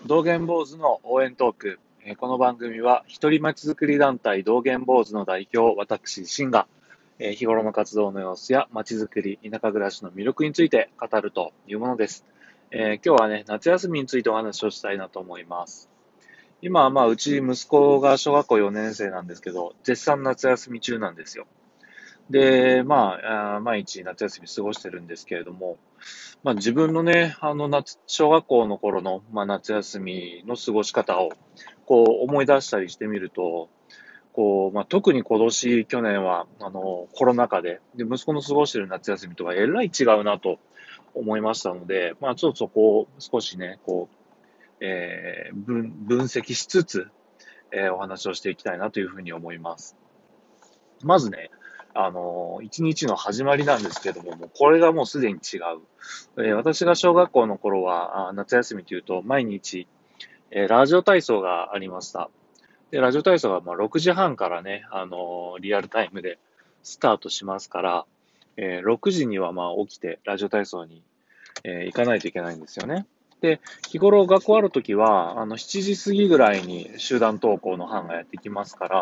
道元坊主の応援トーク。この番組は、一人まちづくり団体道元坊主の代表、私、シンが、日頃の活動の様子やまちづくり、田舎暮らしの魅力について語るというものです。今日はね、夏休みについてお話をしたいなと思います。今はうち息子が小学校4年生なんですけど、絶賛夏休み中なんですよ。で、毎日夏休み過ごしてるんですけれども、自分のね、小学校の頃の、夏休みの過ごし方を、思い出したりしてみると、特に今年、去年は、コロナ禍で、息子の過ごしてる夏休みとはえらい違うなと思いましたので、ちょっと少しね、分析しつつ、お話をしていきたいなというふうに思います。まずね、一日の始まりなんですけども、もうこれがもうすでに違う。私が小学校の頃は、夏休みというと、毎日、ラジオ体操がありました。で、ラジオ体操が6時半からね、リアルタイムでスタートしますから、6時には起きて、ラジオ体操に、行かないといけないんですよね。で、日頃学校あるときは、7時過ぎぐらいに集団登校の班がやってきますから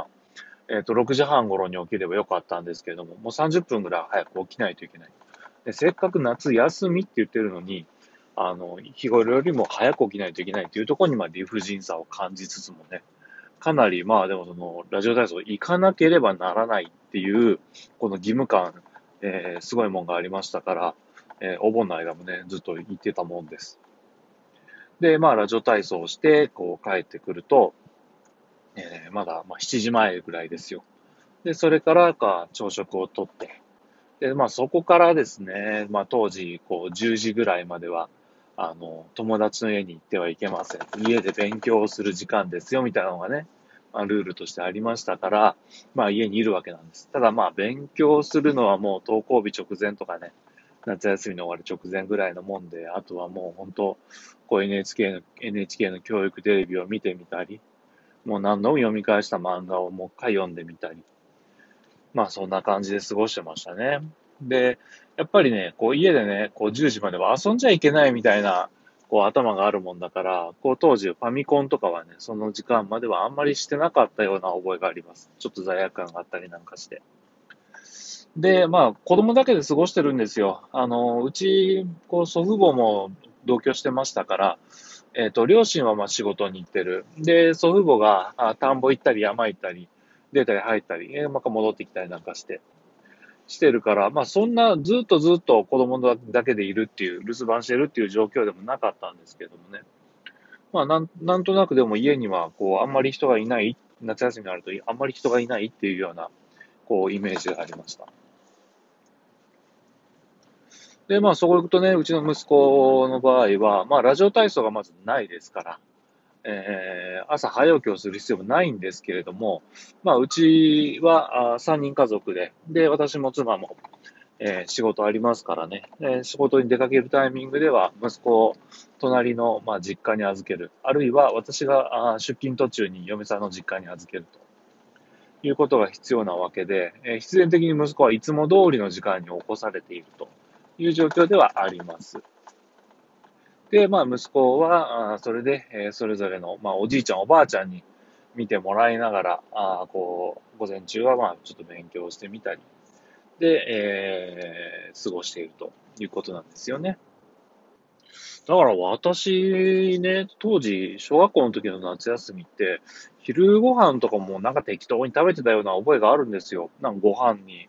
、6時半頃に起きればよかったんですけれども、もう30分ぐらい早く起きないといけない。で、せっかく夏休みって言ってるのに、日頃よりも早く起きないといけないというところに理不尽さを感じつつもね、かなりでもラジオ体操行かなければならないっていう、この義務感、すごいもんがありましたから、お盆の間もね、ずっと行ってたもんです。で、ラジオ体操をして、帰ってくると、まだ、7時前ぐらいですよ。で、それから朝食をとって、で、そこからですね、当時、10時ぐらいまでは、友達の家に行ってはいけません。家で勉強をする時間ですよ、みたいなのがね、ルールとしてありましたから、家にいるわけなんです。ただ勉強するのはもう登校日直前とかね、夏休みの終わり直前ぐらいのもんで、あとはもう本当、NHK の教育テレビを見てみたり、もう何度も読み返した漫画をもう一回読んでみたり、そんな感じで過ごしてましたね。で、やっぱりね、家でね、10時までは遊んじゃいけないみたいな、頭があるもんだから、当時ファミコンとかはね、その時間まではあんまりしてなかったような覚えがあります。ちょっと罪悪感があったりなんかして。で、子供だけで過ごしてるんですよ。うち、祖父母も同居してましたから、両親は仕事に行ってる。で、祖父母が田んぼ行ったり山行ったり、出たり入ったり、戻ってきたりなんかしてるから、そんなずっと子供だけでいるっていう、留守番してるっていう状況でもなかったんですけどもね。なんとなくでも家には、あんまり人がいない、夏休みになるとあんまり人がいないっていうような、イメージがありました。で、そこ行くとね、うちの息子の場合は、ラジオ体操がまずないですから、朝早起きをする必要もないんですけれども、うちは3人家族で、私も妻も、仕事ありますからね、仕事に出かけるタイミングでは、息子を隣の、実家に預ける、あるいは私が出勤途中に嫁さんの実家に預けるということが必要なわけで、必然的に息子はいつも通りの時間に起こされているという状況ではあります。で、息子は、それで、それぞれの、おじいちゃん、おばあちゃんに見てもらいながら、午前中は、ちょっと勉強してみたり、で、過ごしているということなんですよね。だから私ね、当時、小学校の時の夏休みって、昼ご飯とかもなんか適当に食べてたような覚えがあるんですよ。なんかご飯に、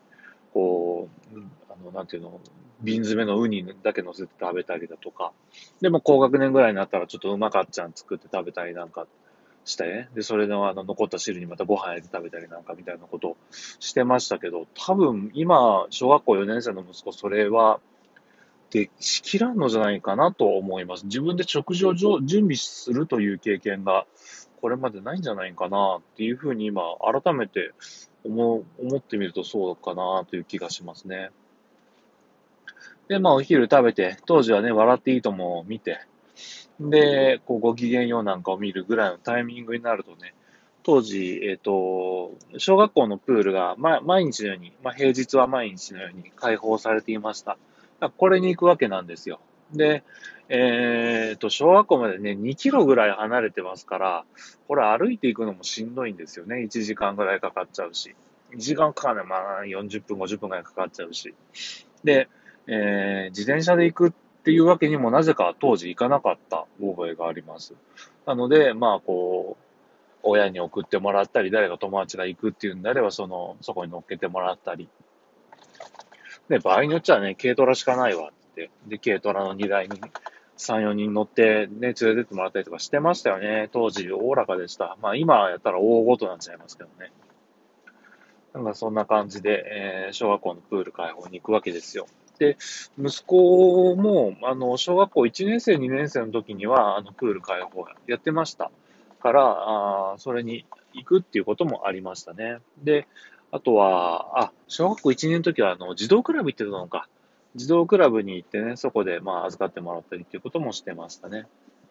なんていうの、瓶詰めのウニだけ乗せて食べたりだとか。でも高学年ぐらいになったらちょっとうまかっちゃん作って食べたりなんかしてね。で、それの残った汁にまたご飯入れて食べたりなんかみたいなことをしてましたけど、多分今、小学校4年生の息子、それは、でしきらんのじゃないかなと思います。自分で食事を準備するという経験がこれまでないんじゃないかなっていうふうに今改めて思ってみるとそうかなという気がしますね。で、お昼食べて、当時はね、笑っていいともを見て、で、ご機嫌ようなんかを見るぐらいのタイミングになるとね、当時、小学校のプールが、毎日のように、平日は毎日のように開放されていました。だからこれに行くわけなんですよ。で、 小学校までね、2キロぐらい離れてますから、これ歩いていくのもしんどいんですよね。1時間ぐらいかかっちゃうし。2時間かかんない。まあ、40分、50分ぐらいかかっちゃうし。で、自転車で行くっていうわけにもなぜか当時行かなかった覚えがあります。なので、まあ、親に送ってもらったり、誰か友達が行くっていうんであれば、そこに乗っけてもらったり。で、場合によっちゃね、軽トラしかないわって。で、軽トラの荷台に3、4人乗ってね、連れてってもらったりとかしてましたよね。当時、おおらかでした。まあ、今やったら大ごとになっちゃいますけどね。なんかそんな感じで、小学校のプール開放に行くわけですよ。で、息子も、小学校1年生、2年生の時には、プール開放やってましたから、それに行くっていうこともありましたね。で、あとは、小学校1年の時は、児童クラブ行ってたのか。児童クラブに行ってね、そこで、まあ、預かってもらったりっていうこともしてましたね。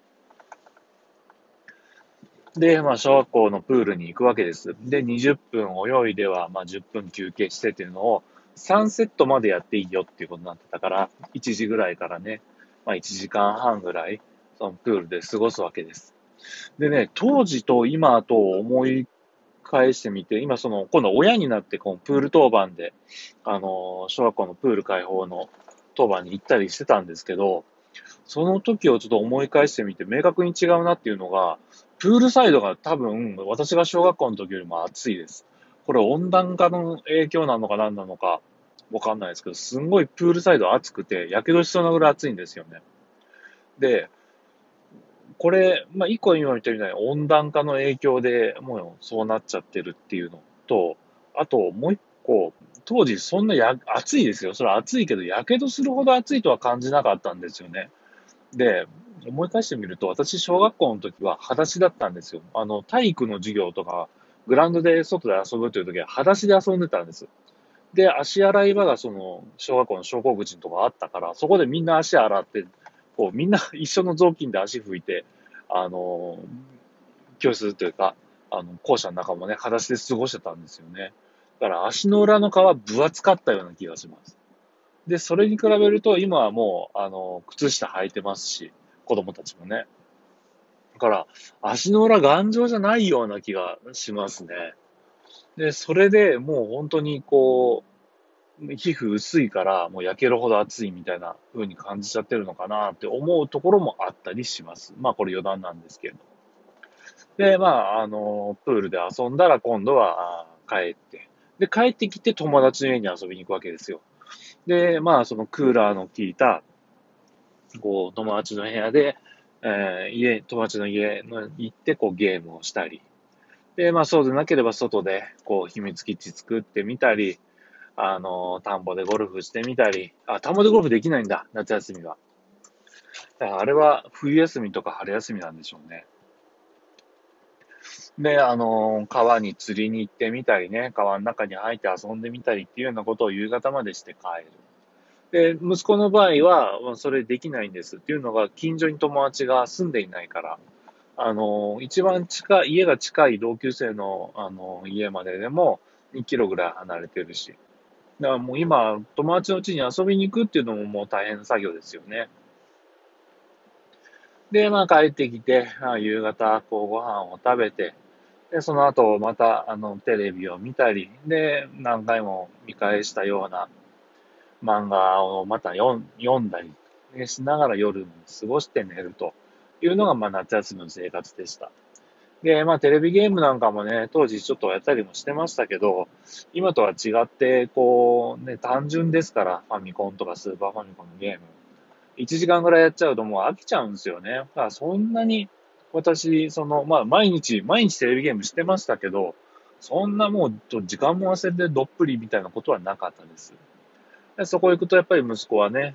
で、まあ、小学校のプールに行くわけです。で、20分泳いでは、まあ、10分休憩してっていうのを、3セットまでやっていいよっていうことになってたから、1時ぐらいからね、まあ、1時間半ぐらい、そのプールで過ごすわけです。でね、当時と今と思い返してみて、今今度親になってこのプール当番で、小学校のプール開放の当番に行ったりしてたんですけど、その時をちょっと思い返してみて、明確に違うなっていうのが、プールサイドが多分、私が小学校の時よりも暑いです。これ温暖化の影響なのか何なのか、わかんないですけど、すんごいプールサイド暑くて、火傷しそうなぐらい暑いんですよね。で、これ、まあ、一個今言ったみたいに温暖化の影響でもうそうなっちゃってるっていうのと、あともう一個、当時そんな暑いですよ。それは暑いけど、火傷するほど暑いとは感じなかったんですよね。で、思い返してみると、私、小学校の時は裸足だったんですよ。体育の授業とか、グラウンドで外で遊ぶという時は裸足で遊んでたんです。で、足洗い場が小学校の昇降口のとこあったから、そこでみんな足洗って、みんな一緒の雑巾で足拭いて、あの、教室というか、校舎の中もね、裸足で過ごしてたんですよね。だから足の裏の皮分厚かったような気がします。で、それに比べると、今はもう、靴下履いてますし、子供たちもね。だから、足の裏頑丈じゃないような気がしますね。で、それでもう本当に皮膚薄いから、もう焼けるほど熱いみたいな風に感じちゃってるのかなって思うところもあったりします。まあ、これ余談なんですけれど。で、まあ、プールで遊んだら今度は帰って、で、帰ってきて友達の家に遊びに行くわけですよ。で、まあ、そのクーラーの効いた、友達の部屋で、友達の家の行って、ゲームをしたり。で、まあ、そうでなければ外で、秘密基地作ってみたり、田んぼでゴルフしてみたり、田んぼでゴルフできないんだ、夏休みは。だからあれは冬休みとか春休みなんでしょうね。で、川に釣りに行ってみたりね、川の中に入って遊んでみたりっていうようなことを夕方までして帰る。で、息子の場合は、それできないんですっていうのが、近所に友達が住んでいないから、一番家が近い同級生の、家まででも2キロぐらい離れてるし。だからもう今、友達の家に遊びに行くっていうのももう大変な作業ですよね。で、まあ帰ってきて、夕方、ご飯を食べて、で、その後、また、テレビを見たり、で、何回も見返したような漫画をまた読んだり、ね、しながら夜に過ごして寝るというのが、まあ、夏休みの生活でした。で、まあ、テレビゲームなんかもね、当時ちょっとやったりもしてましたけど、今とは違って、単純ですから、ファミコンとかスーパーファミコンのゲーム。1時間ぐらいやっちゃうともう飽きちゃうんですよね。だからそんなに、私、まあ、毎日テレビゲームしてましたけど、そんなもう、時間も忘れてどっぷりみたいなことはなかったです。でそこ行くと、やっぱり息子はね、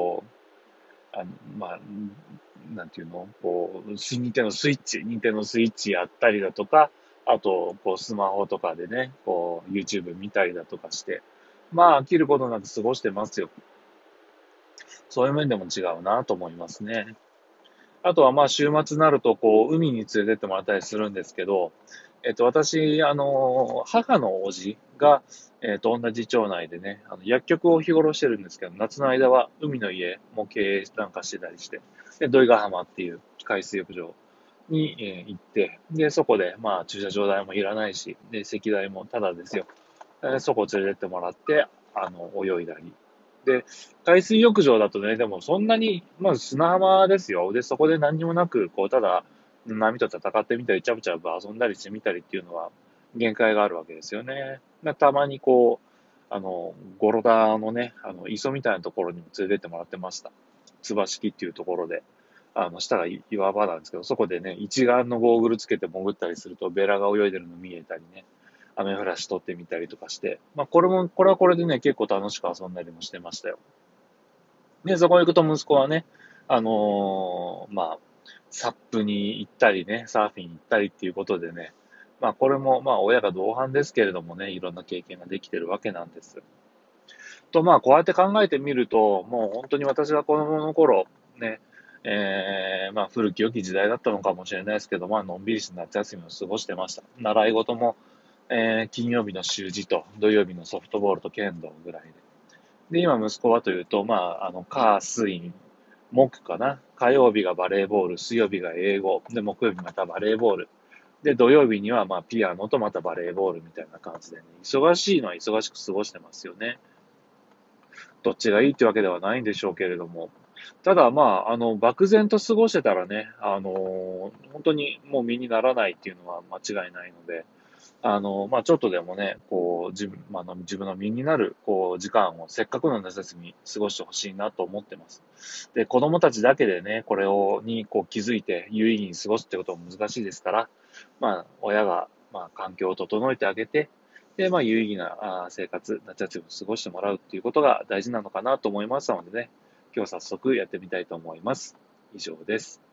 まあ、なんていうの、任天堂スイッチやったりだとか、あと、スマホとかでね、YouTube 見たりだとかして、まあ、飽きることなく過ごしてますよ。そういう面でも違うなと思いますね。あとは、まあ、週末になると、海に連れてってもらったりするんですけど、 私、母のおじが、同じ町内でね、薬局を日頃してるんですけど、夏の間は海の家も経営なんかしてたりして、で、土井ヶ浜っていう海水浴場に、行って、で、そこで、まあ、駐車場代もいらないし、で、席代もタダですよ。そこ連れてってもらって、泳いだり。で、海水浴場だとね、でもそんなに、まず砂浜ですよ。で、そこで何にもなく、こう、ただ、波と戦ってみたり、チャプチャプ遊んだりしてみたりっていうのは、限界があるわけですよね。たまにこう、ゴロダのね、磯みたいなところにも連れてってもらってました。つば式っていうところで、下が岩場なんですけど、そこでね、一眼のゴーグルつけて潜ったりすると、ベラが泳いでるの見えたりね、アメフラシ撮ってみたりとかして、まあ、これはこれでね、結構楽しく遊んだりもしてましたよ。で、そこ行くと息子はね、まあ、サップに行ったりね、サーフィン行ったりっていうことでね、まあ、これも、まあ、親が同伴ですけれどもね、いろんな経験ができてるわけなんです。まあ、こうやって考えてみると、もう本当に私が子供の頃、ね、まあ、古き良き時代だったのかもしれないですけど、まあ、のんびりした夏休みを過ごしてました。習い事も、金曜日の習字と土曜日のソフトボールと剣道ぐらいで。で、今息子はというと、まあ、火、水、木かな。火曜日がバレーボール、水曜日が英語、で、木曜日またバレーボール。で、土曜日にはまあ、ピアノとまたバレーボールみたいな感じでね、忙しいのは忙しく過ごしてますよね。どっちがいいってわけではないんでしょうけれども。ただ、まあ、漠然と過ごしてたらね、本当にもう身にならないっていうのは間違いないので、まあ、ちょっとでもね、こう、自分の身になる、こう、時間をせっかくの夏休み過ごしてほしいなと思ってます。で、子供たちだけでね、これに、こう、気づいて有意義に過ごすってことも難しいですから、まあ、親が、まあ、環境を整えてあげて、で、まあ、有意義な生活、夏休みを過ごしてもらうっていうことが大事なのかなと思いましたのでね、今日早速やってみたいと思います。以上です。